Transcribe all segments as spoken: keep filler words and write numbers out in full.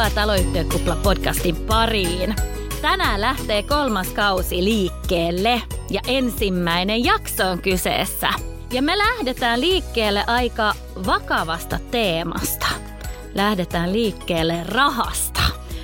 Tervetuloa Taloyhtiökupla-podcastin pariin. Tänään lähtee kolmas kausi liikkeelle ja ensimmäinen jakso on kyseessä. Ja me lähdetään liikkeelle aika vakavasta teemasta. Lähdetään liikkeelle rahasta.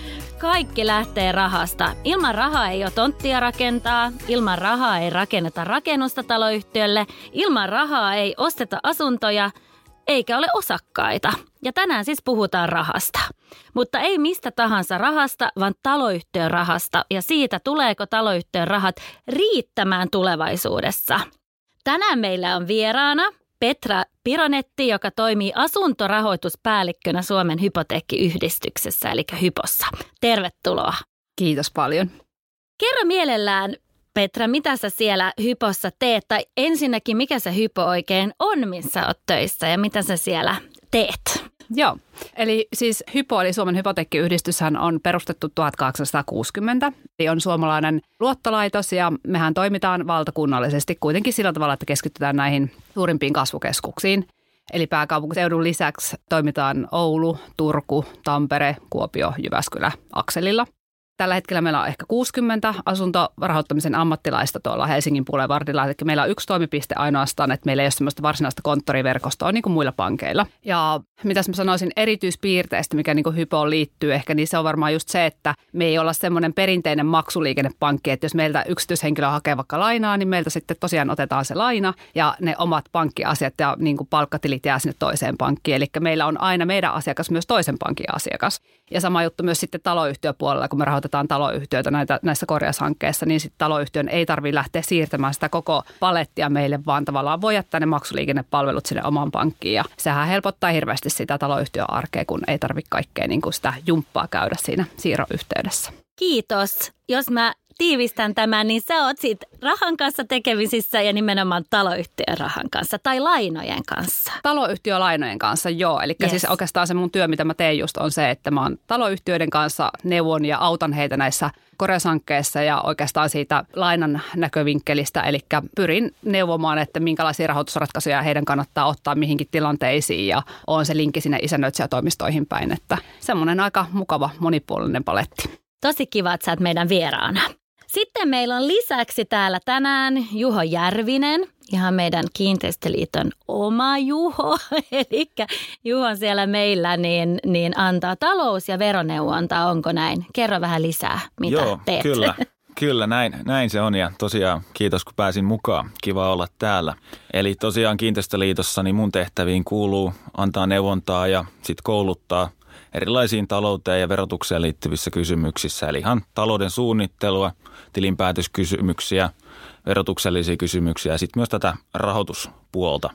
Kaikki lähtee rahasta. Ilman rahaa ei ole tonttia rakentaa, ilman rahaa ei rakenneta rakennusta taloyhtiölle, ilman rahaa ei osteta asuntoja eikä ole osakkaita. Ja tänään siis puhutaan rahasta. Mutta ei mistä tahansa rahasta, vaan taloyhtiön rahasta ja siitä, tuleeko taloyhtiön rahat riittämään tulevaisuudessa. Tänään meillä on vieraana Petra Pironetti, joka toimii asuntorahoituspäällikkönä Suomen hypoteekkiyhdistyksessä, eli Hypossa. Tervetuloa. Kiitos paljon. Kerro mielellään, Petra, mitä sä siellä Hypossa teet? Tai ensinnäkin, mikä se Hypo oikein on, missä oot töissä ja mitä sä siellä teet? Joo, eli siis Hypo, eli Suomen hypoteekkiyhdistyshän on perustettu tuhatkahdeksansataakuusikymmentä. Eli on suomalainen luottolaitos ja mehän toimitaan valtakunnallisesti kuitenkin sillä tavalla, että keskitytään näihin suurimpiin kasvukeskuksiin. Eli pääkaupunkiseudun lisäksi toimitaan Oulu, Turku, Tampere, Kuopio, Jyväskylä akselilla. Tällä hetkellä meillä on ehkä kuusikymmentä asuntorahoittamisen ammattilaista tuolla Helsingin Boulevardilla. Eli meillä on yksi toimipiste ainoastaan, että meillä ei ole sellaista varsinaista konttoriverkostoa niin kuin muilla pankeilla. Ja mitäs mä sanoisin erityispiirteistä, mikä niin kuin Hypoon liittyy ehkä, niin se on varmaan just se, että me ei olla semmoinen perinteinen maksuliikennepankki, että jos meiltä yksityishenkilö hakee vaikka lainaa, niin meiltä sitten tosiaan otetaan se laina ja ne omat pankkiasiat ja niin kuin palkkatilit jää sinne toiseen pankkiin. Eli meillä on aina meidän asiakas myös toisen pankin asiakas. Ja sama juttu myös sitten taloyhtiöpuolella, kun me rahoitetaan taloyhtiöitä näitä, näissä korjaushankkeissa, niin sitten taloyhtiön ei tarvitse lähteä siirtämään sitä koko palettia meille, vaan tavallaan voi jättää ne maksuliikennepalvelut sinne omaan pankkiin. Ja sehän helpottaa hirveästi sitä taloyhtiön arkea, kun ei tarvitse kaikkea niin kuin sitä jumppaa käydä siinä siirron yhteydessä. Kiitos. Jos mä tiivistän tämän, niin sä oot siitä rahan kanssa tekemisissä ja nimenomaan taloyhtiön rahan kanssa tai lainojen kanssa. Taloyhtiölainojen kanssa, joo. Eli yes. Siis oikeastaan se mun työ, mitä mä teen just on se, että mä oon taloyhtiöiden kanssa neuvon ja autan heitä näissä korjaushankkeissa ja oikeastaan siitä lainan näkövinkkelistä. Eli pyrin neuvomaan, että minkälaisia rahoitusratkaisuja heidän kannattaa ottaa mihinkin tilanteisiin ja on se linkki sinne isännöitsijätoimistoihin päin. Että semmoinen aika mukava monipuolinen paletti. Tosi kiva, että sä oot meidän vieraana. Sitten meillä on lisäksi täällä tänään Juho Järvinen, ihan meidän Kiinteistöliiton oma Juho. Eli Juho siellä meillä niin, niin antaa talous- ja veroneuvontaa, onko näin? Kerro vähän lisää, mitä Joo, teet. Kyllä, kyllä näin, näin se on ja tosiaan kiitos kun pääsin mukaan. Kiva olla täällä. Eli tosiaan Kiinteistöliitossa niin mun tehtäviin kuuluu antaa neuvontaa ja sitten kouluttaa erilaisiin talouteen ja verotukseen liittyvissä kysymyksissä, eli ihan talouden suunnittelua, tilinpäätöskysymyksiä, verotuksellisia kysymyksiä ja sitten myös tätä rahoituspuolta.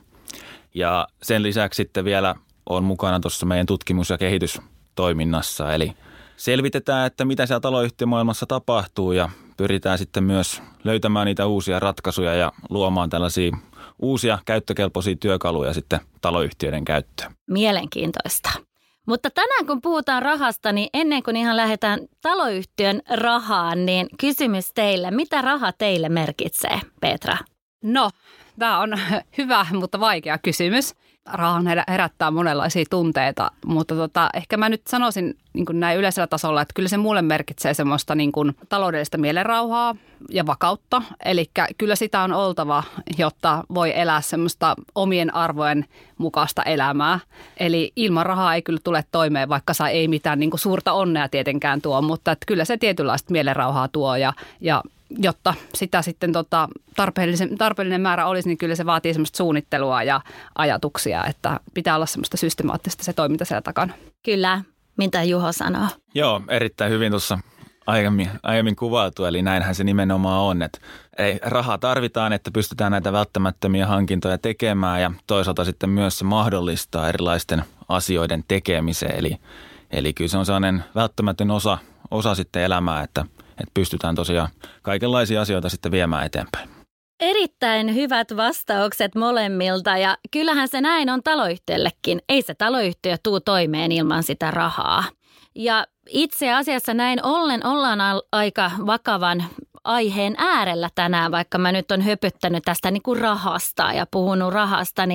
Ja sen lisäksi sitten vielä on mukana tuossa meidän tutkimus- ja kehitystoiminnassa, eli selvitetään, että mitä siellä taloyhtiömaailmassa tapahtuu ja pyritään sitten myös löytämään niitä uusia ratkaisuja ja luomaan tällaisia uusia käyttökelpoisia työkaluja sitten taloyhtiöiden käyttöön. Mielenkiintoista. Mutta tänään kun puhutaan rahasta, niin ennen kuin ihan lähdetään taloyhtiön rahaan, niin kysymys teille. Mitä raha teille merkitsee, Petra? No, tämä on hyvä, mutta vaikea kysymys. Rahan herättää monenlaisia tunteita, mutta tota, ehkä mä nyt sanoisin niin kuin näin yleisellä tasolla, että kyllä se mulle merkitsee semmoista niin kuin taloudellista mielenrauhaa ja vakautta. Eli kyllä sitä on oltava, jotta voi elää semmoista omien arvojen mukaista elämää. Eli ilman rahaa ei kyllä tule toimeen, vaikka saa ei mitään niin kuin suurta onnea tietenkään tuo, mutta että kyllä se tietynlaista mielenrauhaa tuo ja, ja jotta sitä sitten tota, tarpeellinen, tarpeellinen määrä olisi, niin kyllä se vaatii semmoista suunnittelua ja ajatuksia, että pitää olla semmoista systemaattista se toiminta siellä takana. Kyllä, mitä Juho sanoo. Joo, erittäin hyvin tuossa aiemmin, aiemmin kuvailtu, eli näinhän se nimenomaan on, että ei, rahaa tarvitaan, että pystytään näitä välttämättömiä hankintoja tekemään ja toisaalta sitten myös se mahdollistaa erilaisten asioiden tekemiseen, eli, eli kyllä se on sellainen välttämätön osa, osa sitten elämää, että että pystytään tosiaan kaikenlaisia asioita sitten viemään eteenpäin. Erittäin hyvät vastaukset molemmilta ja kyllähän se näin on taloyhtiöllekin. Ei se taloyhtiö tuu toimeen ilman sitä rahaa. Ja itse asiassa näin ollen ollaan aika vakavan aiheen äärellä tänään, vaikka mä nyt on höpöttänyt tästä niin kuin rahasta ja puhunut rahasta, niin,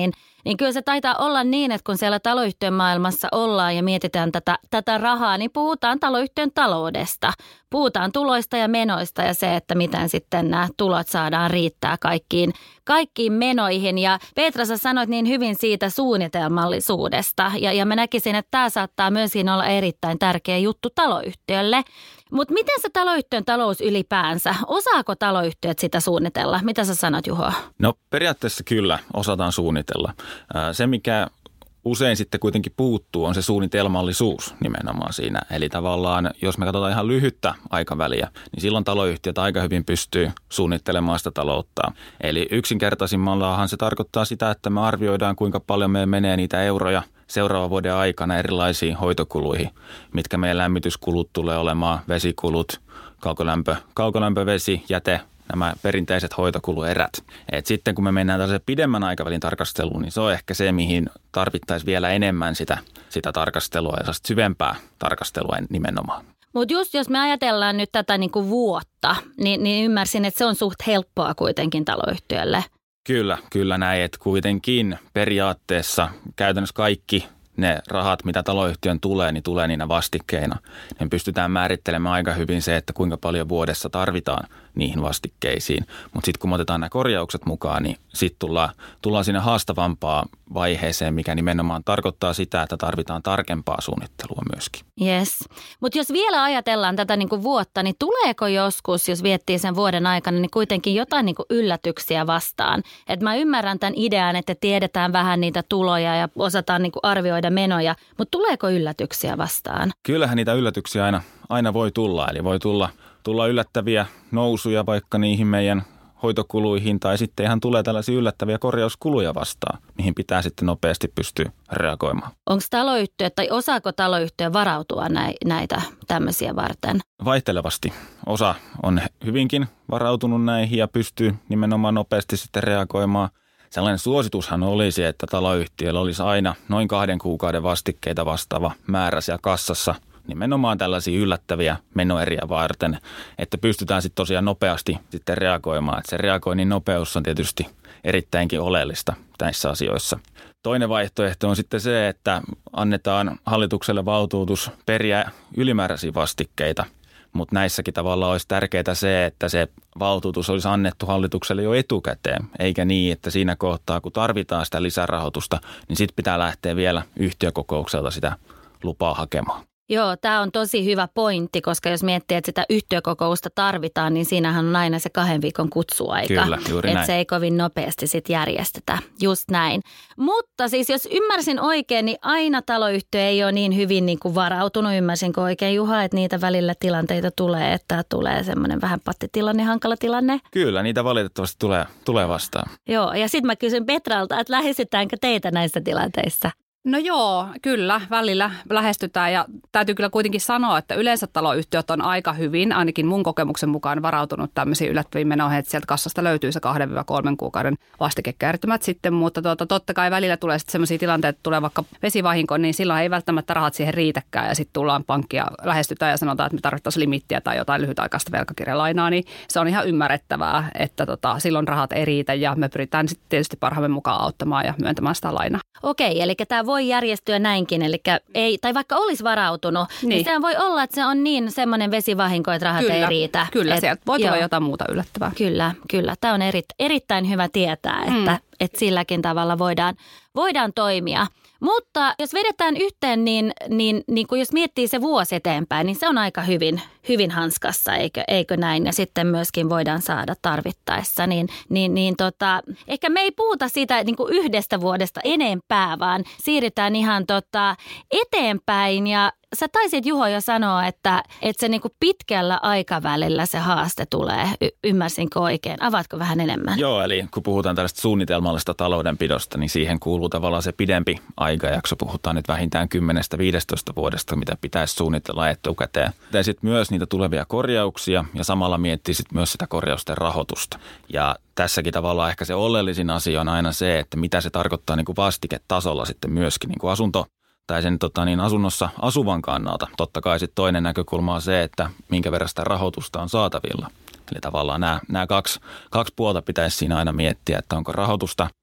niin kyllä se taitaa olla niin, että kun siellä taloyhtiön maailmassa ollaan ja mietitään tätä, tätä rahaa, niin puhutaan taloyhtiön taloudesta. Puhutaan tuloista ja menoista ja se, että miten sitten nämä tulot saadaan riittää kaikkiin, kaikkiin menoihin. Ja Petra, sä sanoit niin hyvin siitä suunnitelmallisuudesta ja, ja mä näkisin, että tämä saattaa myöskin olla erittäin tärkeä juttu taloyhtiölle. Mutta miten se taloyhtiön talous ylipäänsä? Osaako taloyhtiöt sitä suunnitella? Mitä sä sanot, Juho? No periaatteessa kyllä osataan suunnitella. Se, mikä usein sitten kuitenkin puuttuu, on se suunnitelmallisuus nimenomaan siinä. Eli tavallaan, jos me katsotaan ihan lyhyttä aikaväliä, niin silloin taloyhtiöt aika hyvin pystyy suunnittelemaan sitä taloutta. Eli yksinkertaisimmallahan se tarkoittaa sitä, että me arvioidaan, kuinka paljon meillä menee niitä euroja seuraavan vuoden aikana erilaisiin hoitokuluihin, mitkä meidän lämmityskulut tulee olemaan, vesikulut, kaukolämpö, kaukolämpö, vesi, jäte, nämä perinteiset hoitokuluerät. Et sitten kun me mennään tällaisen pidemmän aikavälin tarkasteluun, niin se on ehkä se, mihin tarvittaisiin vielä enemmän sitä, sitä tarkastelua ja syvempää tarkastelua nimenomaan. Mutta just jos me ajatellaan nyt tätä niinku vuotta, niin, niin ymmärsin, että se on suht helppoa kuitenkin taloyhtiölle. Kyllä, kyllä näin, että kuitenkin periaatteessa käytännössä kaikki ne rahat, mitä taloyhtiön tulee, niin tulee niinä vastikkeina. Me pystytään määrittelemään aika hyvin se, että kuinka paljon vuodessa tarvitaan niihin vastikkeisiin. Mutta sitten kun me otetaan nämä korjaukset mukaan, niin sitten tullaan, tullaan siinä haastavampaan vaiheeseen, mikä nimenomaan tarkoittaa sitä, että tarvitaan tarkempaa suunnittelua myöskin. Yes. Mutta jos vielä ajatellaan tätä niinku vuotta, niin tuleeko joskus, jos viettii sen vuoden aikana, niin kuitenkin jotain niinku yllätyksiä vastaan? Et mä ymmärrän tämän idean, että tiedetään vähän niitä tuloja ja osataan niinku arvioida menoja, mutta tuleeko yllätyksiä vastaan? Kyllähän niitä yllätyksiä aina, aina voi tulla, eli voi tulla, tulla yllättäviä nousuja vaikka niihin meidän hoitokuluihin tai sitten ihan tulee tällaisia yllättäviä korjauskuluja vastaan, mihin pitää sitten nopeasti pystyä reagoimaan. Onko taloyhtiö tai osaako taloyhtiö varautua näitä tämmöisiä varten? Vaihtelevasti. Osa on hyvinkin varautunut näihin ja pystyy nimenomaan nopeasti sitten reagoimaan. Sellainen suositushan olisi, että taloyhtiöllä olisi aina noin kahden kuukauden vastikkeita vastaava määrä siellä kassassa nimenomaan tällaisia yllättäviä menoeriä varten, että pystytään sitten tosiaan nopeasti sitten reagoimaan. Että se reagoinnin nopeus on tietysti erittäinkin oleellista näissä asioissa. Toinen vaihtoehto on sitten se, että annetaan hallitukselle valtuutus periä ylimääräisiä vastikkeita, mutta näissäkin tavallaan olisi tärkeää se, että se valtuutus olisi annettu hallitukselle jo etukäteen, eikä niin, että siinä kohtaa, kun tarvitaan sitä lisärahoitusta, niin sitten pitää lähteä vielä yhtiökokoukselta sitä lupaa hakemaan. Joo, tämä on tosi hyvä pointti, koska jos miettii, että sitä yhtiökokousta tarvitaan, niin siinähän on aina se kahden viikon kutsuaika. Kyllä, juuri että näin. Se ei kovin nopeasti sitten järjestetä. Just näin. Mutta siis jos ymmärsin oikein, niin aina taloyhtiö ei ole niin hyvin niin kuin varautunut. Ymmärsinkö oikein, Juha, että niitä välillä tilanteita tulee, että tulee semmoinen vähän pattitilanne, hankala tilanne? Kyllä, niitä valitettavasti tulee, tulee vastaan. Joo, ja sitten mä kysyn Petralta, että lähestytäänkö teitä näissä tilanteissa? No joo, kyllä, välillä lähestytään ja täytyy kyllä kuitenkin sanoa, että yleensä taloyhtiöt on aika hyvin, ainakin mun kokemuksen mukaan varautunut tämmöisiin yllättäviin menoihin, että sieltä kassasta löytyy se kahden kolmen kuukauden vastikekertymät sitten, mutta tuota, totta kai välillä tulee sitten sellaisia tilanteita, että tulee vaikka vesivahinko, niin silloin ei välttämättä rahat siihen riitäkään ja sitten tullaan pankkia lähestytään ja sanotaan, että me tarvittaisiin limittiä tai jotain lyhytaikaista velkakirjalainaa, niin se on ihan ymmärrettävää, että tota, silloin rahat ei riitä ja me pyritään sitten tietysti parhaamme mukaan auttamaan ja myöntämään sitä lainaa. Okei, eli tämä voi järjestyä näinkin, eli ei, tai vaikka olisi varautunut, niin, niin sehän voi olla, että se on niin semmoinen vesivahinko, että rahat kyllä, ei riitä. Kyllä, et, sieltä voi tulla joo. jotain muuta yllättävää. Kyllä, kyllä. Tämä on eri, erittäin hyvä tietää, että, mm. että silläkin tavalla voidaan, voidaan toimia. Mutta jos vedetään yhteen, niin, niin, niin kun jos miettii se vuosi eteenpäin, niin se on aika hyvin, hyvin hanskassa, eikö, eikö näin? Ja sitten myöskin voidaan saada tarvittaessa. Niin, niin, niin tota, ehkä me ei puhuta siitä niin kuin yhdestä vuodesta enempää, vaan siirrytään ihan tota eteenpäin. Ja sä taisit, Juho, jo sanoa, että, että se niin kuin pitkällä aikavälillä se haaste tulee. Y- ymmärsinkö oikein? Avaatko vähän enemmän? Joo, eli kun puhutaan tällaista suunnitelmallista taloudenpidosta, niin siihen kuuluu tavallaan se pidempi aikajakso. Puhutaan nyt vähintään kymmenestä viidestätoista vuodesta, mitä pitäisi suunnitella etukäteen. Ja sitten myös niitä tulevia korjauksia ja samalla miettii sitten myös sitä korjausten rahoitusta. Ja tässäkin tavallaan ehkä se oleellisin asia on aina se, että mitä se tarkoittaa niin kuin vastiketasolla sitten myöskin niin kuin asunto tai sen tota, niin asunnossa asuvan kannalta. Totta kai sitten toinen näkökulma on se, että minkä verran sitä rahoitusta on saatavilla. Eli tavallaan nämä, nämä kaksi, kaksi puolta pitäisi siinä aina miettiä, että onko rahoitusta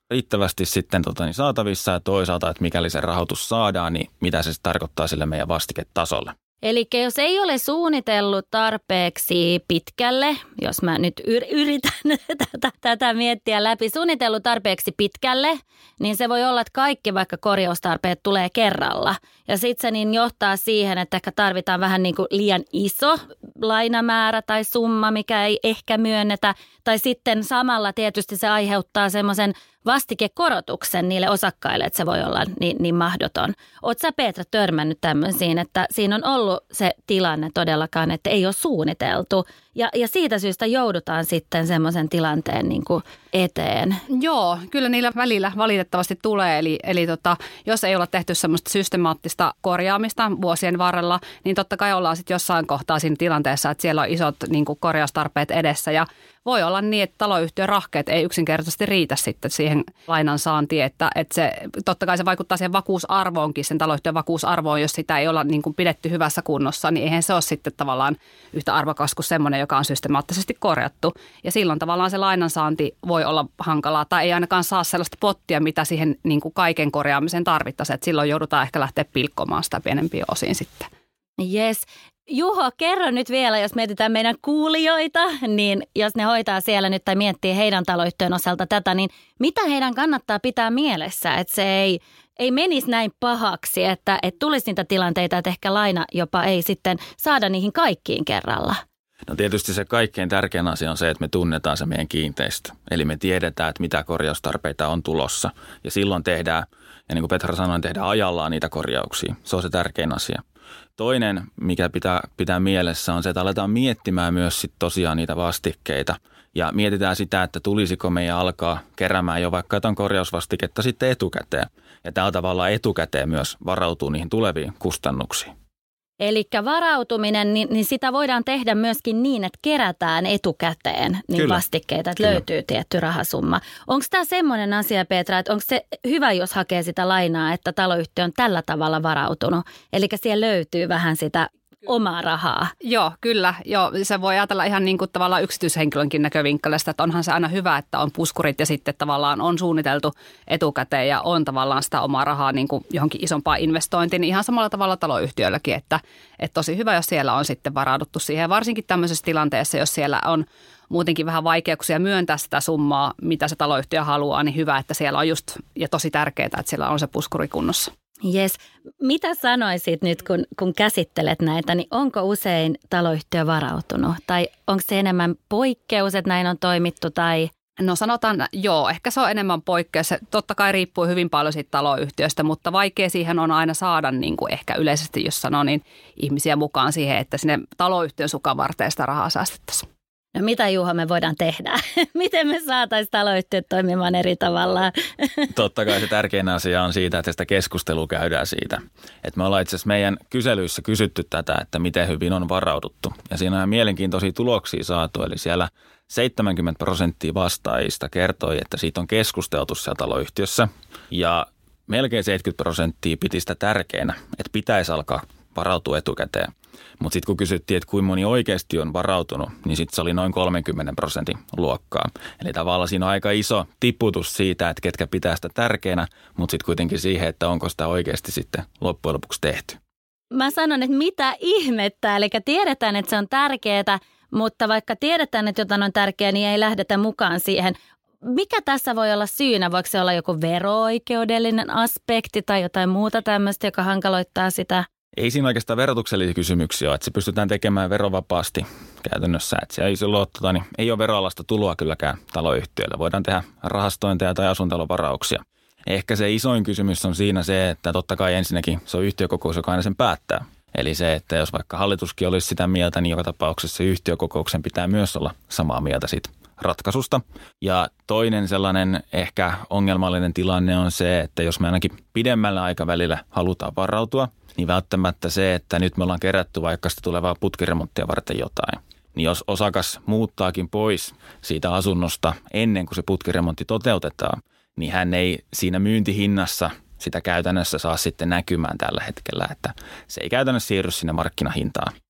riittävästi sitten tota, niin saatavissa ja toisaalta, että mikäli se rahoitus saadaan, niin mitä se tarkoittaa sille meidän vastiketasolle. Eli jos ei ole suunnitellut tarpeeksi pitkälle, jos mä nyt yritän tätä, tätä miettiä läpi, suunnitellut tarpeeksi pitkälle, niin se voi olla, että kaikki vaikka korjaustarpeet tulee kerralla. Ja sitten se niin johtaa siihen, että ehkä tarvitaan vähän niin kuin liian iso lainamäärä tai summa, mikä ei ehkä myönnetä. Tai sitten samalla tietysti se aiheuttaa semmoisen vastikekorotuksen niille osakkaille, että se voi olla niin, niin mahdoton. Oletko sä, Petra, törmännyt tämmöisiin, että siinä on ollut se tilanne todellakaan, että ei ole suunniteltu ja, ja siitä syystä joudutaan sitten semmoisen tilanteen niin kuin eteen? Joo, kyllä niillä välillä valitettavasti tulee. Eli, eli tota, jos ei olla tehty semmoista systemaattista korjaamista vuosien varrella, niin totta kai ollaan sitten jossain kohtaa siinä tilanteessa, että siellä on isot niin kuin korjaustarpeet edessä ja voi olla niin, että taloyhtiön rahkeet ei yksinkertaisesti riitä sitten siihen lainan saantiin, että, että se, totta kai se vaikuttaa siihen vakuusarvoonkin, sen taloyhtiön vakuusarvoon, jos sitä ei olla niin kuin pidetty hyvässä kunnossa, niin eihän se ole sitten tavallaan yhtä arvokas kuin semmoinen, joka on systemaattisesti korjattu. Ja silloin tavallaan se lainansaanti voi olla hankalaa tai ei ainakaan saa sellaista pottia, mitä siihen niin kuin kaiken korjaamiseen tarvittaisiin, että silloin joudutaan ehkä lähteä pilkkomaan sitä pienempiä osiin sitten. Yes. Juho, kerro nyt vielä, jos mietitään meidän kuulijoita, niin jos ne hoitaa siellä nyt tai miettii heidän taloyhtiön osalta tätä, niin mitä heidän kannattaa pitää mielessä, että se ei, ei menisi näin pahaksi, että, että tulisi niitä tilanteita, että ehkä laina jopa ei sitten saada niihin kaikkiin kerralla? No tietysti se kaikkein tärkein asia on se, että me tunnetaan se meidän kiinteistö. Eli me tiedetään, että mitä korjaustarpeita on tulossa ja silloin tehdään, ja niin kuin Petra sanoi, tehdään ajallaan niitä korjauksia. Se on se tärkein asia. Toinen, mikä pitää, pitää mielessä, on se, että aletaan miettimään myös sit tosiaan niitä vastikkeita. Ja mietitään sitä, että tulisiko meidän alkaa keräämään jo vaikka jotain korjausvastiketta sitten etukäteen. Ja tällä tavalla etukäteen myös varautuu niihin tuleviin kustannuksiin. Eli varautuminen, niin, niin sitä voidaan tehdä myöskin niin, että kerätään etukäteen niin Kyllä. vastikkeita, että Kyllä. löytyy tietty rahasumma. Onko tämä semmoinen asia, Petra, että onko se hyvä, jos hakee sitä lainaa, että taloyhtiö on tällä tavalla varautunut? Eli siellä löytyy vähän sitä omaa rahaa. Joo, kyllä. Joo, se voi ajatella ihan niin kuin tavallaan yksityishenkilönkin näkövinkkelistä, että onhan se aina hyvä, että on puskurit ja sitten tavallaan on suunniteltu etukäteen ja on tavallaan sitä omaa rahaa niin kuin johonkin isompaan investointiin. Niin ihan samalla tavalla taloyhtiöilläkin, että, että tosi hyvä, jos siellä on sitten varauduttu siihen. Varsinkin tämmöisessä tilanteessa, jos siellä on muutenkin vähän vaikeuksia myöntää sitä summaa, mitä se taloyhtiö haluaa, niin hyvä, että siellä on just ja tosi tärkeää, että siellä on se puskuri kunnossa. Jes. Mitä sanoisit nyt, kun, kun käsittelet näitä, niin onko usein taloyhtiö varautunut? Tai onko se enemmän poikkeus, että näin on toimittu? Tai No sanotaan, joo, ehkä se on enemmän poikkeus. Se totta kai riippuu hyvin paljon siitä taloyhtiöstä, mutta vaikea siihen on aina saada, niin kuin ehkä yleisesti jos sanoo, niin ihmisiä mukaan siihen, että sinne taloyhtiön sukanvarteen sitä rahaa säästettäisiin. No mitä, Juha, me voidaan tehdä? Miten me saataisiin taloyhtiöt toimimaan eri tavalla? Totta kai se tärkein asia on siitä, että sitä keskustelua käydään siitä. Että me ollaan itse asiassa meidän kyselyissä kysytty tätä, että miten hyvin on varauduttu. Ja siinä on mielenkiintoisia tuloksia saatu. Eli siellä seitsemänkymmentä prosenttia vastaajista kertoi, että siitä on keskusteltu siellä taloyhtiössä. Ja melkein seitsemänkymmentä prosenttia piti sitä tärkeänä, että pitäisi alkaa varautua etukäteen. Mutta sitten kun kysyttiin, että kuinka moni oikeasti on varautunut, niin sitten se oli noin kolmekymmentä prosentin luokkaa. Eli tavallaan siinä on aika iso tiputus siitä, että ketkä pitää sitä tärkeänä, mutta sitten kuitenkin siihen, että onko sitä oikeasti sitten loppujen lopuksi tehty. Mä sanon, että mitä ihmettä, eli tiedetään, että se on tärkeää, mutta vaikka tiedetään, että jotain on tärkeää, niin ei lähdetä mukaan siihen. Mikä tässä voi olla syynä? Voiko se olla joku vero-oikeudellinen aspekti tai jotain muuta tämmöistä, joka hankaloittaa sitä? Ei siinä oikeastaan verotuksellisia kysymyksiä ole, että se pystytään tekemään verovapaasti käytännössä. Että se ei, silloin, tota, niin ei ole veroalasta tuloa kylläkään taloyhtiöillä. Voidaan tehdä rahastointeja tai asuntolovarauksia. Ehkä se isoin kysymys on siinä se, että totta kai ensinnäkin se on yhtiökokous, joka aina sen päättää. Eli se, että jos vaikka hallituskin olisi sitä mieltä, niin joka tapauksessa yhtiökokouksen pitää myös olla samaa mieltä siitä ratkaisusta. Ja toinen sellainen ehkä ongelmallinen tilanne on se, että jos me ainakin pidemmällä aikavälillä halutaan varautua, niin välttämättä se, että nyt me ollaan kerätty vaikka sitä tulevaa putkiremonttia varten jotain. Niin jos osakas muuttaakin pois siitä asunnosta ennen kuin se putkiremontti toteutetaan, niin hän ei siinä myyntihinnassa sitä käytännössä saa sitten näkymään tällä hetkellä, että se ei käytännössä siirry sinne markkinahintaan.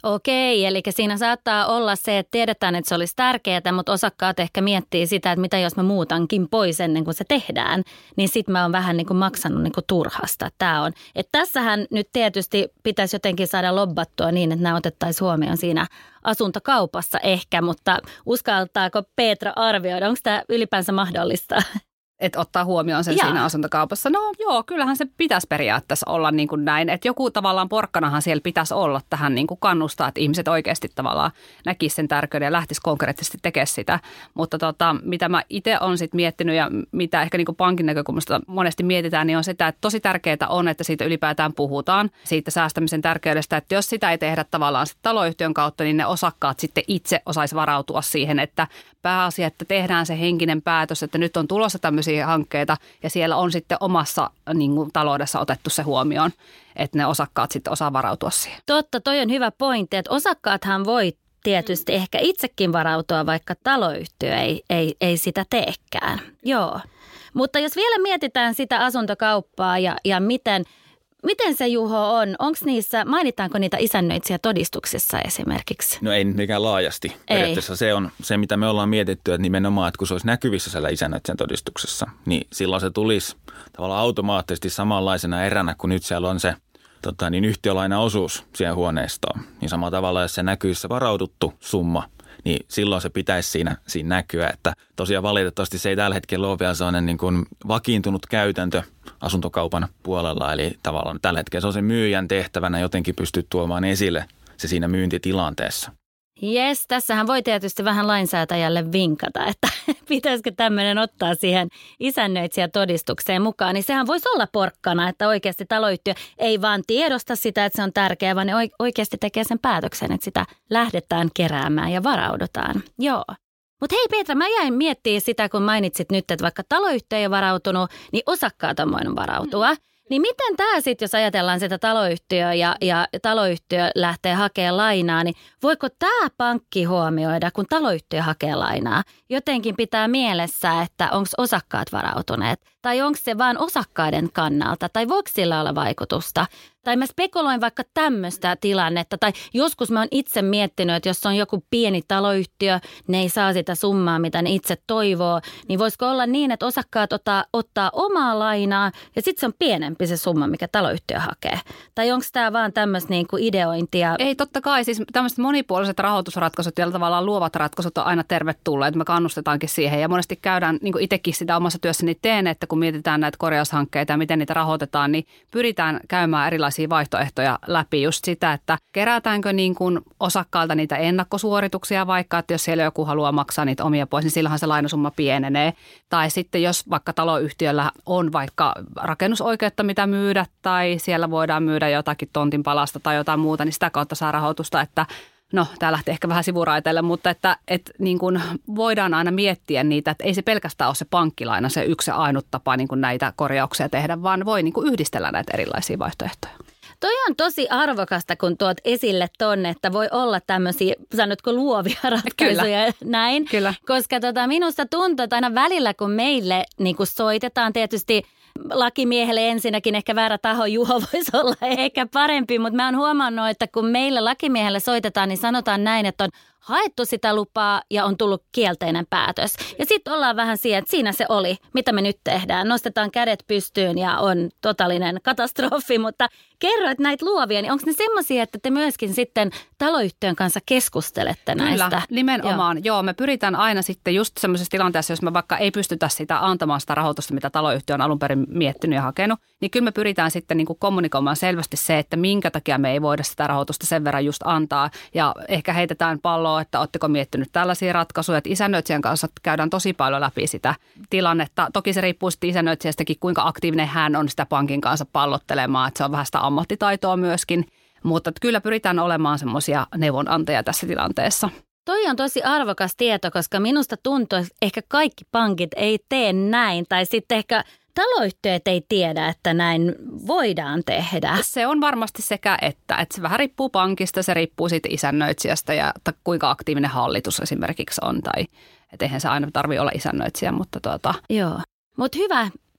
Okei, eli siinä saattaa olla se, että tiedetään, että se olisi tärkeää, mutta osakkaat ehkä miettii sitä, että mitä jos mä muutankin pois ennen kuin se tehdään, niin sitten mä oon vähän niin kuin maksanut niin kuin turhasta. Tämä on. Että tässähän nyt tietysti pitäisi jotenkin saada lobbattua niin, että nämä otettaisiin huomioon siinä asuntokaupassa ehkä, mutta uskaltaako Petra arvioida, onko tämä ylipäänsä mahdollista? Että ottaa huomioon sen Jaa. siinä asuntokaupassa. No joo, kyllähän se pitäisi periaatteessa olla niin kuin näin. Että joku tavallaan porkkanahan siellä pitäisi olla tähän niin kuin kannustaa, että ihmiset oikeasti tavallaan näkisivät sen tärkeyden ja lähtisivät konkreettisesti tekemään sitä. Mutta tota, mitä mä itse olen sitten miettinyt ja mitä ehkä niin kuin pankin näkökulmasta monesti mietitään, niin on sitä, että tosi tärkeää on, että siitä ylipäätään puhutaan, siitä säästämisen tärkeydestä. Että jos sitä ei tehdä tavallaan sitten taloyhtiön kautta, niin ne osakkaat sitten itse osaisi varautua siihen, että pääasia, että tehdään se henkinen päätös, että nyt on tulossa tämmöisiä hankkeita ja siellä on sitten omassa niin kuin, taloudessa otettu se huomioon, että ne osakkaat sitten osaa varautua siihen. Totta, toi on hyvä pointti, että osakkaathan voi tietysti ehkä itsekin varautua, vaikka taloyhtiö ei, ei, ei sitä teekään. Joo, mutta jos vielä mietitään sitä asuntokauppaa ja, ja miten... Miten se, Juho, on? Onko niissä, mainitaanko niitä isännöitsijä todistuksissa esimerkiksi? No ei mikään laajasti. Ei. Periaatteessa se on se, mitä me ollaan mietitty, että nimenomaan, että kun se olisi näkyvissä siellä isännöitsijän todistuksessa, niin silloin se tulisi tavallaan automaattisesti samanlaisena eränä, kun nyt siellä on se tota, niin yhtiölainaosuus siihen huoneistoon. Niin samalla tavalla, jos se näkyy se varauduttu summa, niin silloin se pitäisi siinä, siinä näkyä, että tosiaan valitettavasti se ei tällä hetkellä ole vielä sellainen niin kuin vakiintunut käytäntö asuntokaupan puolella, eli tavallaan tällä hetkellä se on se myyjän tehtävänä jotenkin pystyä tuomaan esille se siinä myyntitilanteessa. Jes, tässähän voi tietysti vähän lainsäätäjälle vinkata, että pitäisikö tämmöinen ottaa siihen isännöitsijätodistukseen mukaan, niin sehän voisi olla porkkana, että oikeasti taloyhtiö ei vaan tiedosta sitä, että se on tärkeää, vaan ne oikeasti tekee sen päätöksen, että sitä lähdetään keräämään ja varaudutaan. Joo. Mutta hei Petra, mä jäin miettimään sitä, kun mainitsit nyt, että vaikka taloyhtiö ei ole varautunut, niin osakkaat on voinut varautua. Mm. Niin miten tämä sitten, jos ajatellaan sitä taloyhtiöä ja, ja taloyhtiö lähtee hakemaan lainaa, niin voiko tämä pankki huomioida, kun taloyhtiö hakee lainaa? Jotenkin pitää mielessä, että onko osakkaat varautuneet tai onko se vain osakkaiden kannalta tai voiko sillä olla vaikutusta? Tai mä spekuloin vaikka tämmöistä tilannetta tai joskus mä oon itse miettinyt, että jos on joku pieni taloyhtiö, ne ei saa sitä summaa, mitä ne itse toivoo, niin voisiko olla niin, että osakkaat ottaa, ottaa omaa lainaa ja sitten se on pienempi se summa, mikä taloyhtiö hakee? Tai onko tämä vaan tämmöistä niinku ideointia? Ei, totta kai. Siis tämmöiset monipuoliset rahoitusratkaisut ja tavallaan luovat ratkaisut on aina tervetulleet. Me kannustetaankin siihen ja monesti käydään, niin kuin itsekin sitä omassa työssäni teen, että kun mietitään näitä korjaushankkeita ja miten niitä rahoitetaan, niin pyritään käymään erilaisia vaihtoehtoja läpi just sitä, että kerätäänkö niin kuin osakkaalta niitä ennakkosuorituksia vaikka, että jos siellä joku haluaa maksaa niitä omia pois, niin silloinhan se lainasumma pienenee. Tai sitten jos vaikka taloyhtiöllä on vaikka rakennusoikeutta, mitä myydä, tai siellä voidaan myydä jotakin tontin palasta tai jotain muuta, niin sitä kautta saa rahoitusta, että no, tämä lähti ehkä vähän sivuraiteille, mutta että, että niin kuin voidaan aina miettiä niitä, että ei se pelkästään ole se pankkilaina se yksi ja ainut tapa niin kuin näitä korjauksia tehdä, vaan voi niin kuin yhdistellä näitä erilaisia vaihtoehtoja. Toi on tosi arvokasta, kun tuot esille tonne, että voi olla tämmöisiä, sanotko luovia ratkaisuja. Kyllä. Näin. Kyllä. Koska tota, minusta tuntuu, että aina välillä, kun meille niin kun soitetaan tietysti lakimiehelle ensinnäkin ehkä väärä taho, Juho voisi olla ehkä parempi, mutta mä oon huomannut, että kun meille lakimiehelle soitetaan, niin sanotaan näin, että on haettu sitä lupaa ja on tullut kielteinen päätös. Ja sitten ollaan vähän siihen, että siinä se oli, mitä me nyt tehdään. Nostetaan kädet pystyyn ja on totaalinen katastrofi, mutta kerroit näitä luovia, niin onko ne semmoisia, että te myöskin sitten taloyhtiön kanssa keskustelette näistä? Kyllä, nimenomaan. Joo. Joo, me pyritään aina sitten just semmoisessa tilanteessa, jos me vaikka ei pystytä sitä antamaan sitä rahoitusta, mitä taloyhtiö on alun perin miettinyt ja hakenut, niin kyllä me pyritään sitten niin kuin kommunikoimaan selvästi se, että minkä takia me ei voida sitä rahoitusta sen verran just antaa ja ehkä heitetään palloa, että ootteko miettinyt tällaisia ratkaisuja, että isännöitsijän kanssa käydään tosi paljon läpi sitä tilannetta. Toki se riippuu sitten isännöitsijästäkin, kuinka aktiivinen hän on sitä pankin kanssa pallottelemaan, että se on vähän sitä ammattitaitoa myöskin, mutta kyllä pyritään olemaan semmoisia neuvonantajia tässä tilanteessa. Toi on tosi arvokas tieto, koska minusta tuntuu, että ehkä kaikki pankit ei tee näin tai sitten ehkä taloyhtiöt ei tiedä, että näin voidaan tehdä. Se on varmasti sekä että, että se vähän riippuu pankista, se riippuu siitä isännöitsijästä ja kuinka aktiivinen hallitus esimerkiksi on tai että eihän se aina tarvitse olla isännöitsijä, mutta tuota. Joo, mutta hyvä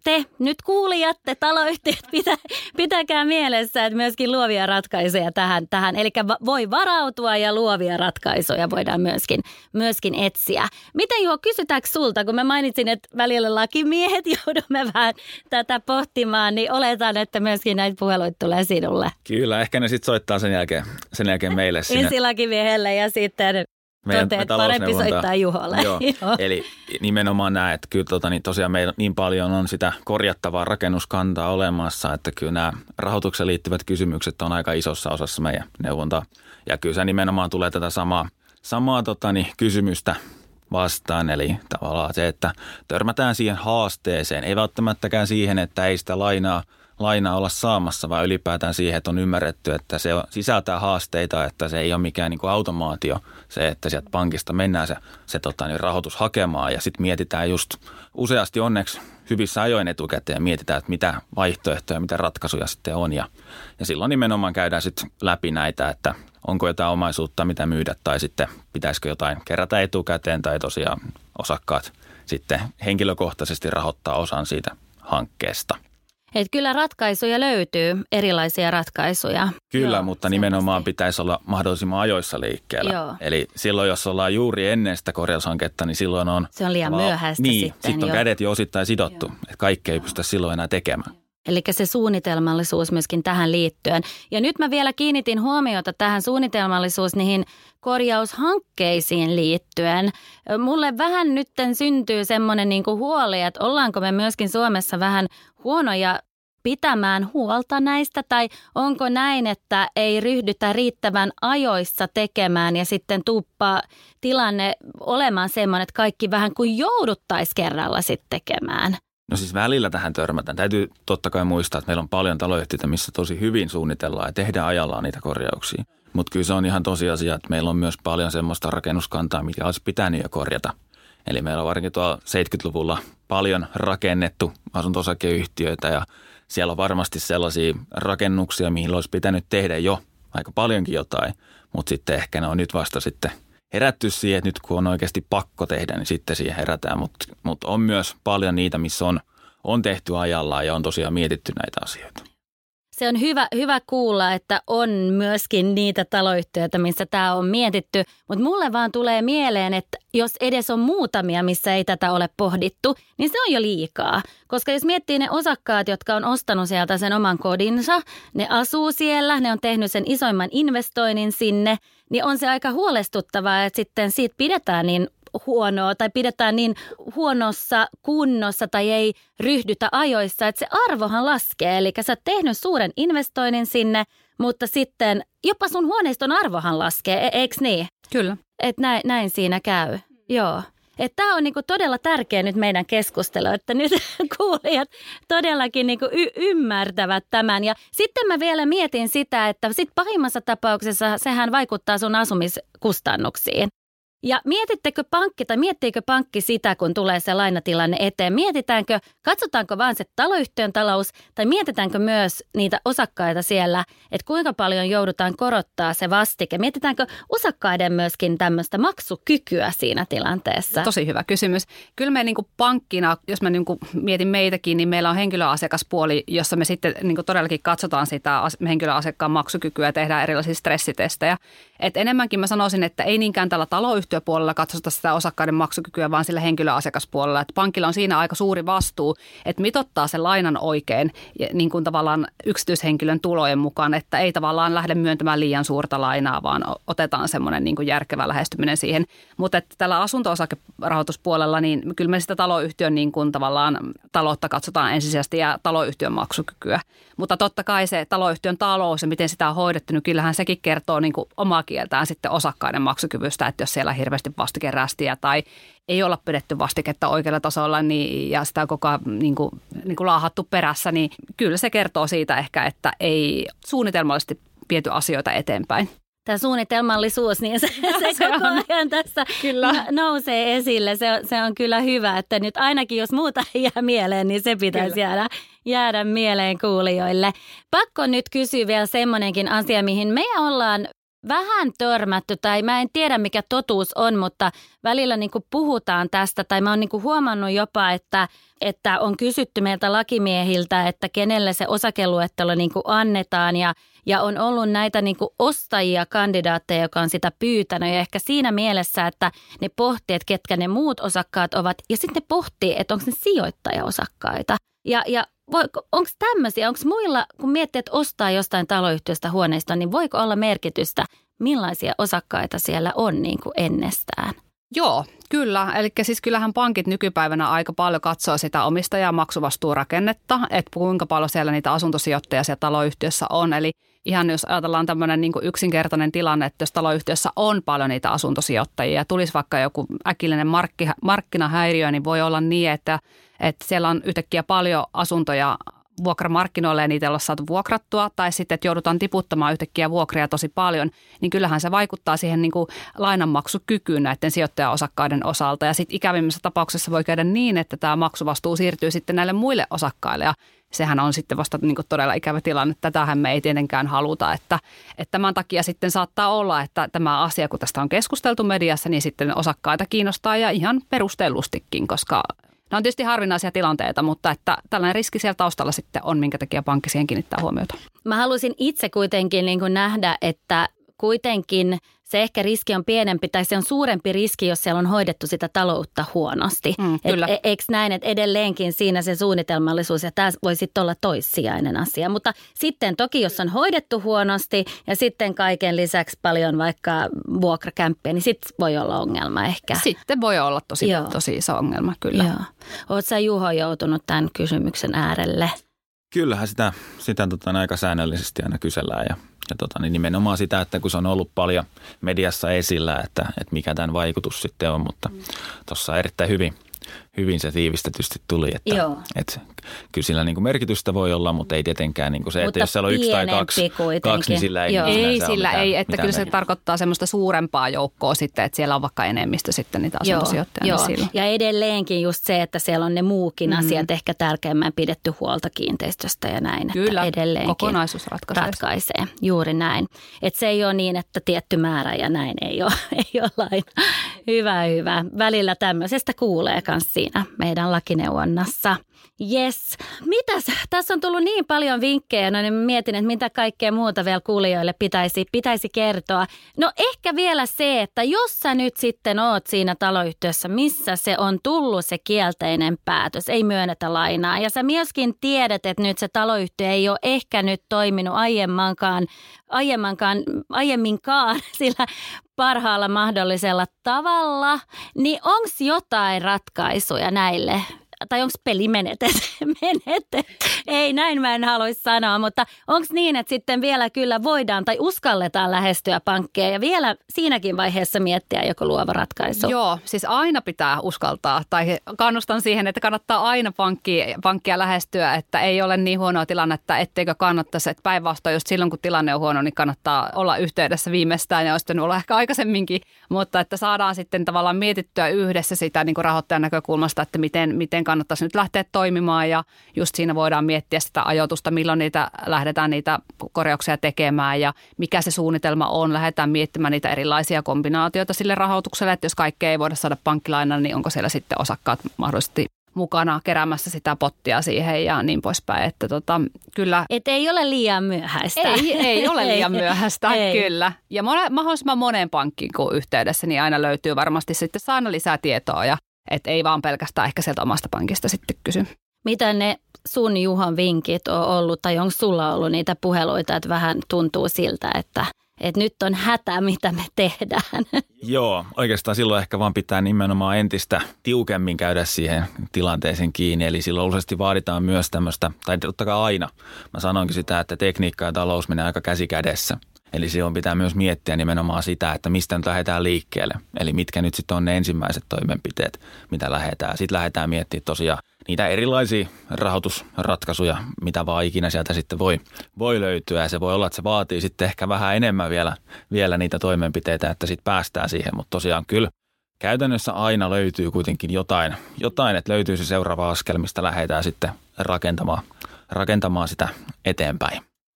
te nyt kuulijat, te taloyhtiöt, pitä, pitäkää mielessä, että myöskin luovia ratkaisuja tähän. tähän. Eli voi varautua ja luovia ratkaisuja voidaan myöskin, myöskin etsiä. Miten Juho, kysytäänkö sulta, kun mä mainitsin, että välillä lakimiehet joudumme vähän tätä pohtimaan, niin oletan, että myöskin näitä puheluita tulee sinulle. Kyllä, ehkä ne sitten soittaa sen jälkeen, sen jälkeen meille sinne. Ensin lakimiehelle ja sitten meidän toteat, parempi soittaa Juholle. Joo. Joo. Eli nimenomaan näin, että kyllä tota, niin tosiaan meillä niin paljon on sitä korjattavaa rakennuskantaa olemassa, että kyllä nämä rahoitukseen liittyvät kysymykset on aika isossa osassa meidän neuvontaa. Ja kyllä se nimenomaan tulee tätä samaa, samaa tota, niin, kysymystä vastaan, eli tavallaan se, että törmätään siihen haasteeseen, ei välttämättäkään siihen, että ei sitä lainaa, lainaa olla saamassa, vaan ylipäätään siihen, että on ymmärretty, että se sisältää haasteita, että se ei ole mikään niin kuin automaatio, se, että sieltä pankista mennään se, se tota, niin rahoitus hakemaan ja sitten mietitään just useasti onneksi hyvissä ajoin etukäteen, mietitään, että mitä vaihtoehtoja, mitä ratkaisuja sitten on ja, ja silloin nimenomaan käydään sitten läpi näitä, että onko jotain omaisuutta, mitä myydä tai sitten pitäisikö jotain kerätä etukäteen tai tosiaan osakkaat sitten henkilökohtaisesti rahoittaa osan siitä hankkeesta. Että kyllä ratkaisuja löytyy, erilaisia ratkaisuja. Kyllä, Joo, mutta nimenomaan pitäisi olla mahdollisimman ajoissa liikkeellä. Joo. Eli silloin, jos ollaan juuri ennen sitä korjaushanketta, niin silloin on... Se on liian myöhäistä niin, sitten. Sitten on jo. kädet jo osittain sidottu, että kaikkea ei pystytä silloin enää tekemään. Eli se suunnitelmallisuus myöskin tähän liittyen. Ja nyt mä vielä kiinnitin huomiota tähän suunnitelmallisuus niihin korjaushankkeisiin liittyen. Mulle vähän nytten syntyy semmoinen niin kuin huoli, että ollaanko me myöskin Suomessa vähän huonoja pitämään huolta näistä, tai onko näin, että ei ryhdytä riittävän ajoissa tekemään ja sitten tuppaa tilanne olemaan semmoinen, että kaikki vähän kuin jouduttaisiin kerralla sitten tekemään. No siis välillä tähän törmätään. Täytyy totta kai muistaa, että meillä on paljon taloyhtiöitä, missä tosi hyvin suunnitellaan ja tehdään ajallaan niitä korjauksia. Mutta kyllä se on ihan tosiasia, että meillä on myös paljon semmoista rakennuskantaa, mikä olisi pitänyt jo korjata. Eli meillä on varsinkin tuolla seitsemänkymmentäluvulla paljon rakennettu asunto-osakeyhtiöitä ja siellä on varmasti sellaisia rakennuksia, mihin olisi pitänyt tehdä jo aika paljonkin jotain, mutta sitten ehkä ne on nyt vasta sitten herätty siihen, että nyt kun on oikeasti pakko tehdä, niin sitten siihen herätään, mutta mut on myös paljon niitä, missä on, on tehty ajallaan ja on tosiaan mietitty näitä asioita. Se on hyvä, hyvä kuulla, että on myöskin niitä taloyhtiöitä, missä tämä on mietitty, mutta mulle vaan tulee mieleen, että jos edes on muutamia, missä ei tätä ole pohdittu, niin se on jo liikaa. Koska jos miettii ne osakkaat, jotka on ostanut sieltä sen oman kodinsa, ne asuu siellä, ne on tehnyt sen isoimman investoinnin sinne, niin on se aika huolestuttavaa, että sitten siitä pidetään niin huonoa tai pidetään niin huonossa kunnossa tai ei ryhdytä ajoissa, että se arvohan laskee. Eli sä oot tehnyt suuren investoinnin sinne, mutta sitten jopa sun huoneiston arvohan laskee, e- eikö niin? Kyllä. Että näin, näin siinä käy, joo. Että tämä on niinku todella tärkeä nyt meidän keskustelu, että nyt kuulijat todellakin niinku y- ymmärtävät tämän. Ja sitten mä vielä mietin sitä, että sit pahimmassa tapauksessa sehän vaikuttaa sun asumiskustannuksiin. Ja mietittekö pankki tai miettiikö pankki sitä, kun tulee se lainatilanne eteen? Mietitäänkö, katsotaanko vaan se taloyhtiön talous tai mietitäänkö myös niitä osakkaita siellä, että kuinka paljon joudutaan korottaa se vastike? Mietitäänkö osakkaiden myöskin tämmöistä maksukykyä siinä tilanteessa? Tosi hyvä kysymys. Kyllä me niin kuin pankkina, jos mä niin kuin mietin meitäkin, niin meillä on henkilöasiakaspuoli, jossa me sitten niin kuin todellakin katsotaan sitä henkilöasiakkaan maksukykyä ja tehdään erilaisia stressitestejä. Et enemmänkin mä sanoisin, että ei niinkään tällä taloyhtiöpuolella katsota sitä osakkaiden maksukykyä, vaan sillä henkilöasiakaspuolella. Et pankilla on siinä aika suuri vastuu, että mitottaa sen lainan oikein niin kuin tavallaan yksityishenkilön tulojen mukaan, että ei tavallaan lähde myöntämään liian suurta lainaa, vaan otetaan semmoinen niin kuin järkevä lähestyminen siihen. Mutta tällä asunto-osakerahoituspuolella, niin kyllä me sitä taloyhtiön niin kuin tavallaan taloutta katsotaan ensisijaisesti ja taloyhtiön maksukykyä. Mutta totta kai se taloyhtiön talous ja miten sitä on hoidettu, niin kyllähän sekin kertoo niin kuin omaa kieltään sitten osakkaiden maksukyvystä, että jos siellä on hirveästi vastikerästiä tai ei olla pidetty vastiketta oikealla tasolla niin, ja sitä koko ajan niin kuin, niin kuin laahattu perässä, niin kyllä se kertoo siitä ehkä, että ei suunnitelmallisesti viety asioita eteenpäin. Tämä suunnitelmallisuus, niin se, se, se koko on. ajan tässä kyllä nousee esille. Se, se on kyllä hyvä, että nyt ainakin jos muuta ei jää mieleen, niin se pitäisi jäädä, jäädä mieleen kuulijoille. Pakko nyt kysyä vielä semmoinenkin asia, mihin me ollaan vähän törmätty, tai mä en tiedä mikä totuus on, mutta välillä niin kuin puhutaan tästä, tai mä oon niin kuin huomannut jopa, että, että on kysytty meiltä lakimiehiltä, että kenelle se osakeluettelo niin kuin annetaan, ja, ja on ollut näitä niin kuin ostajia, kandidaatteja, joka on sitä pyytänyt, ja ehkä siinä mielessä, että ne pohtii, että ketkä ne muut osakkaat ovat, ja sitten ne pohtii, että onko ne sijoittajaosakkaita, ja, ja onko tämmöisiä, onko muilla, kun miettii, että ostaa jostain taloyhtiöstä huoneista, niin voiko olla merkitystä, millaisia osakkaita siellä on niin kuin ennestään? Joo, kyllä. Eli siis kyllähän pankit nykypäivänä aika paljon katsoo sitä omistaja- ja maksuvastuurakennetta, että kuinka paljon siellä niitä asuntosijoittajia siellä taloyhtiössä on. Eli ihan jos ajatellaan tämmöinen niin kuin yksinkertainen tilanne, että jos taloyhtiössä on paljon niitä asuntosijoittajia ja tulisi vaikka joku äkillinen markki, markkinahäiriö, niin voi olla niin, että, että siellä on yhtäkkiä paljon asuntoja vuokramarkkinoille ja niitä ei ole saatu vuokrattua, tai sitten, että joudutaan tiputtamaan yhtäkkiä vuokria tosi paljon, niin kyllähän se vaikuttaa siihen niin kuin lainanmaksukykyyn näiden sijoittajaosakkaiden osalta. Ja sitten ikävimmässä tapauksessa voi käydä niin, että tämä maksuvastuu siirtyy sitten näille muille osakkaille, ja sehän on sitten vasta niin kuin todella ikävä tilanne. Tätähän me ei tietenkään haluta, että, että tämän takia sitten saattaa olla, että tämä asia, kun tästä on keskusteltu mediassa, niin sitten osakkaita kiinnostaa ja ihan perustellustikin, koska nämä on tietysti harvinaisia tilanteita, mutta että tällainen riski siellä taustalla sitten on, minkä takia pankki siihen kiinnittää huomiota. Mä halusin itse kuitenkin niin kuin nähdä, että kuitenkin se ehkä riski on pienempi tai se on suurempi riski, jos siellä on hoidettu sitä taloutta huonosti. Mm, kyllä. Et, eikö näin, että edelleenkin siinä se suunnitelmallisuus ja tämä voi sitten olla toissijainen asia. Mutta sitten toki, jos on hoidettu huonosti ja sitten kaiken lisäksi paljon vaikka vuokrakämppiä, niin sitten voi olla ongelma ehkä. Sitten voi olla tosi, tosi iso ongelma, kyllä. Joo. Oletko sä Juho joutunut tämän kysymyksen äärelle? Kyllähän sitä, sitä tota, aika säännöllisesti aina kysellään ja Ja tota, niin nimenomaan sitä, että kun se on ollut paljon mediassa esillä, että, että mikä tämän vaikutus sitten on, mutta mm. tuossa erittäin hyvin, hyvin se tiivistetysti tuli, että, että kyllä sillä niin kuin merkitystä voi olla, mutta ei tietenkään niin kuin se, että mutta jos siellä on yksi tai kaksi, kaksi niin sillä ei, ei sillä mitään, ei, että kyllä se merkitystä tarkoittaa semmoista suurempaa joukkoa sitten, että siellä on vaikka enemmistö sitten niitä asuntosijoittajia. Joo, joo. Ja edelleenkin just se, että siellä on ne muukin mm-hmm. asiat ehkä tärkeimmän pidetty huolta kiinteistöstä ja näin. Kyllä, että edelleenkin kokonaisuus ratkaisee. ratkaisee. Juuri näin. Että se ei ole niin, että tietty määrä ja näin ei ole, ei ole aina. Hyvä, hyvä. Välillä tämmöisestä kuulee myös siinä meidän lakineuvonnassa. Jes. Mitäs? Tässä on tullut niin paljon vinkkejä, no niin mietin, että mitä kaikkea muuta vielä kuulijoille pitäisi, pitäisi kertoa. No ehkä vielä se, että jos sä nyt sitten oot siinä taloyhtiössä, missä se on tullut se kielteinen päätös, ei myönnetä lainaa. Ja sä myöskin tiedät, että nyt se taloyhtiö ei ole ehkä nyt toiminut aiemmankaan, aiemmankaan, aiemminkaan sillä parhaalla mahdollisella tavalla, niin onko jotain ratkaisuja näille? Tai onko peli menetetty? menetetty? Ei, näin mä en haluaisi sanoa, mutta onko niin, että sitten vielä kyllä voidaan tai uskalletaan lähestyä pankkeja ja vielä siinäkin vaiheessa miettiä joku luova ratkaisu? Joo, siis aina pitää uskaltaa tai kannustan siihen, että kannattaa aina pankkia, pankkia lähestyä, että ei ole niin huonoa tilannetta, etteikö kannattaisi, että päinvastoin just silloin kun tilanne on huono, niin kannattaa olla yhteydessä viimeistään ja olisi pitänyt olla ehkä aikaisemminkin, mutta että saadaan sitten tavallaan mietittyä yhdessä sitä niin kuin rahoittajan näkökulmasta, että miten, miten kannattaisi nyt lähteä toimimaan ja just siinä voidaan miettiä sitä ajoitusta, milloin niitä lähdetään niitä korjauksia tekemään ja mikä se suunnitelma on. Lähdetään miettimään niitä erilaisia kombinaatioita sille rahoitukselle, että jos kaikkea ei voida saada pankkilainalla, niin onko siellä sitten osakkaat mahdollisesti mukana keräämässä sitä pottia siihen ja niin poispäin, että tota, kyllä. Et ei ole liian myöhäistä. Ei, ei ole liian myöhäistä, kyllä. Ja mone, mahdollisimman monen pankkiin kuin yhteydessä, niin aina löytyy varmasti sitten saada lisää tietoa ja että ei vaan pelkästään ehkä sieltä omasta pankista sitten kysy. Mitä ne sun Juhon vinkit on ollut tai onko sulla ollut niitä puheluita, että vähän tuntuu siltä, että, että nyt on hätä, mitä me tehdään? Joo, oikeastaan silloin ehkä vaan pitää nimenomaan entistä tiukemmin käydä siihen tilanteeseen kiinni. Eli silloin useasti vaaditaan myös tämmöistä, tai totta kai aina, mä sanoinkin sitä, että tekniikka ja talous menee aika käsi kädessä. Eli silloin pitää myös miettiä nimenomaan sitä, että mistä nyt lähdetään liikkeelle. Eli mitkä nyt sitten on ne ensimmäiset toimenpiteet, mitä lähdetään. Sitten lähdetään miettimään tosiaan niitä erilaisia rahoitusratkaisuja, mitä vaan ikinä sieltä sitten voi, voi löytyä. Ja se voi olla, että se vaatii sitten ehkä vähän enemmän vielä, vielä niitä toimenpiteitä, että sitten päästään siihen. Mutta tosiaan kyllä käytännössä aina löytyy kuitenkin jotain, jotain, että löytyy se seuraava askel, mistä lähdetään sitten rakentamaan, rakentamaan sitä eteenpäin.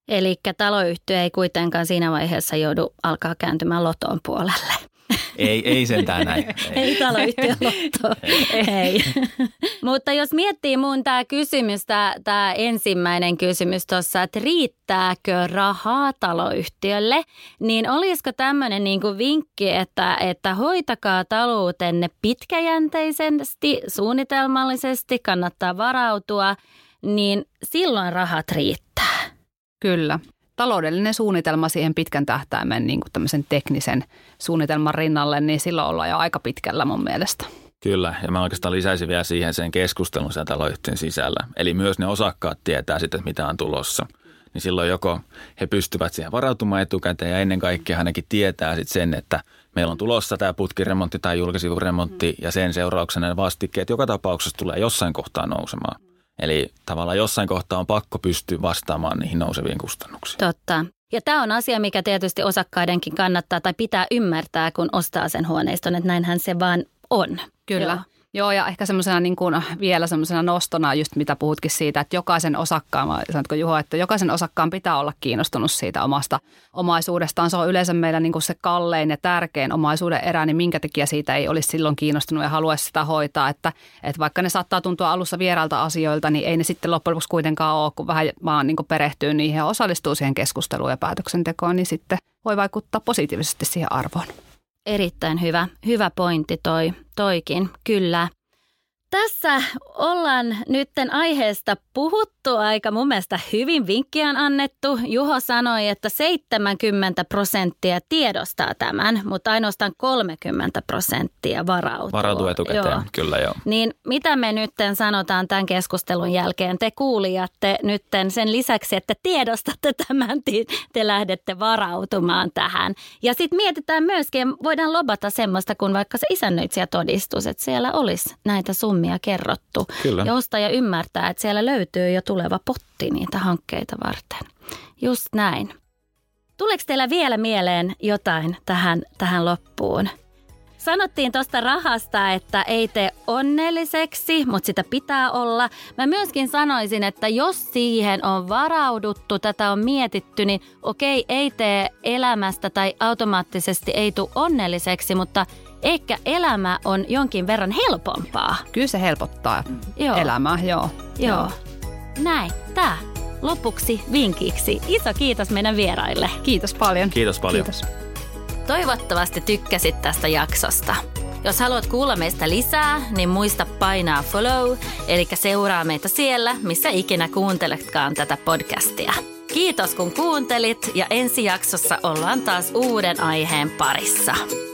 Eli taloyhtiö ei kuitenkaan siinä vaiheessa joudu alkaa kääntymään loton puolelle. Ei, ei sentään näin. Ei, ei taloyhtiö lottoa. Ei. ei. Mutta jos miettii mun tämä kysymys, tämä ensimmäinen kysymys tuossa, että riittääkö rahaa taloyhtiölle, niin olisiko tämmöinen niinku vinkki, että, että hoitakaa taloutenne pitkäjänteisesti, suunnitelmallisesti, kannattaa varautua, niin silloin rahat riittää. Kyllä. Taloudellinen suunnitelma siihen pitkän tähtäimen niin kuin tämmöisen teknisen suunnitelman rinnalle, niin silloin ollaan jo aika pitkällä mun mielestä. Kyllä, ja mä oikeastaan lisäisin vielä siihen sen keskustelun siellä taloyhtiön sisällä. Eli myös ne osakkaat tietää sitten, mitä on tulossa. Niin silloin joko he pystyvät siihen varautumaan etukäteen ja ennen kaikkea hänenkin tietää sitten sen, että meillä on tulossa tämä putkiremontti tai julkisivuremontti ja sen seurauksena ne vastikkeet joka tapauksessa tulee jossain kohtaa nousemaan. Eli tavallaan jossain kohtaa on pakko pystyä vastaamaan niihin nouseviin kustannuksiin. Totta. Ja tämä on asia, mikä tietysti osakkaidenkin kannattaa tai pitää ymmärtää, kun ostaa sen huoneiston, että näinhän se vaan on. Kyllä. Joo. Joo, ja ehkä semmoisena niin kuin vielä semmoisena nostona just mitä puhutkin siitä, että jokaisen osakkaan, sanotko Juho, että jokaisen osakkaan pitää olla kiinnostunut siitä omasta omaisuudestaan. Se on yleensä meillä niin kuin se kallein ja tärkein omaisuuden erä, niin minkä takia siitä ei olisi silloin kiinnostunut ja haluaisi sitä hoitaa. Että, että vaikka ne saattaa tuntua alussa vierailta asioilta, niin ei ne sitten loppujen lopuksi kuitenkaan ole, kun vähän vaan niin kuin perehtyy niihin ja osallistuu siihen keskusteluun ja päätöksentekoon, niin sitten voi vaikuttaa positiivisesti siihen arvoon. Erittäin hyvä, hyvä pointti toi, toikin, kyllä. Tässä ollaan nytten aiheesta puhuttu aika mun mielestä hyvin, vinkkiä on annettu. Juho sanoi, että seitsemänkymmentä prosenttia tiedostaa tämän, mutta ainoastaan kolmekymmentä prosenttia varautuu. Varautuu etukäteen, joo. Kyllä joo. Niin mitä me nytten sanotaan tämän keskustelun jälkeen? Te kuulijatte nytten sen lisäksi, että tiedostatte tämän, te lähdette varautumaan tähän. Ja sitten mietitään myöskin, voidaan lobata semmoista kuin vaikka se isännöitsijätodistus, että siellä olisi näitä summia kerrottu. Kyllä. Ja ostaja ymmärtää, että siellä löytyy jo tuleva potti niitä hankkeita varten. Just näin. Tuleeko teillä vielä mieleen jotain tähän, tähän loppuun? Sanottiin tuosta rahasta, että ei tee onnelliseksi, mutta sitä pitää olla. Mä myöskin sanoisin, että jos siihen on varauduttu, tätä on mietitty, niin okei, ei tee elämästä tai automaattisesti ei tule onnelliseksi, mutta ehkä elämä on jonkin verran helpompaa. Kyllä se helpottaa joo. elämää, joo. Joo. Näin. Tää lopuksi vinkiksi. Iso kiitos meidän vieraille. Kiitos paljon. Kiitos paljon. Kiitos. Toivottavasti tykkäsit tästä jaksosta. Jos haluat kuulla meistä lisää, niin muista painaa follow, eli seuraa meitä siellä, missä ikinä kuunteletkaan tätä podcastia. Kiitos kun kuuntelit ja ensi jaksossa ollaan taas uuden aiheen parissa.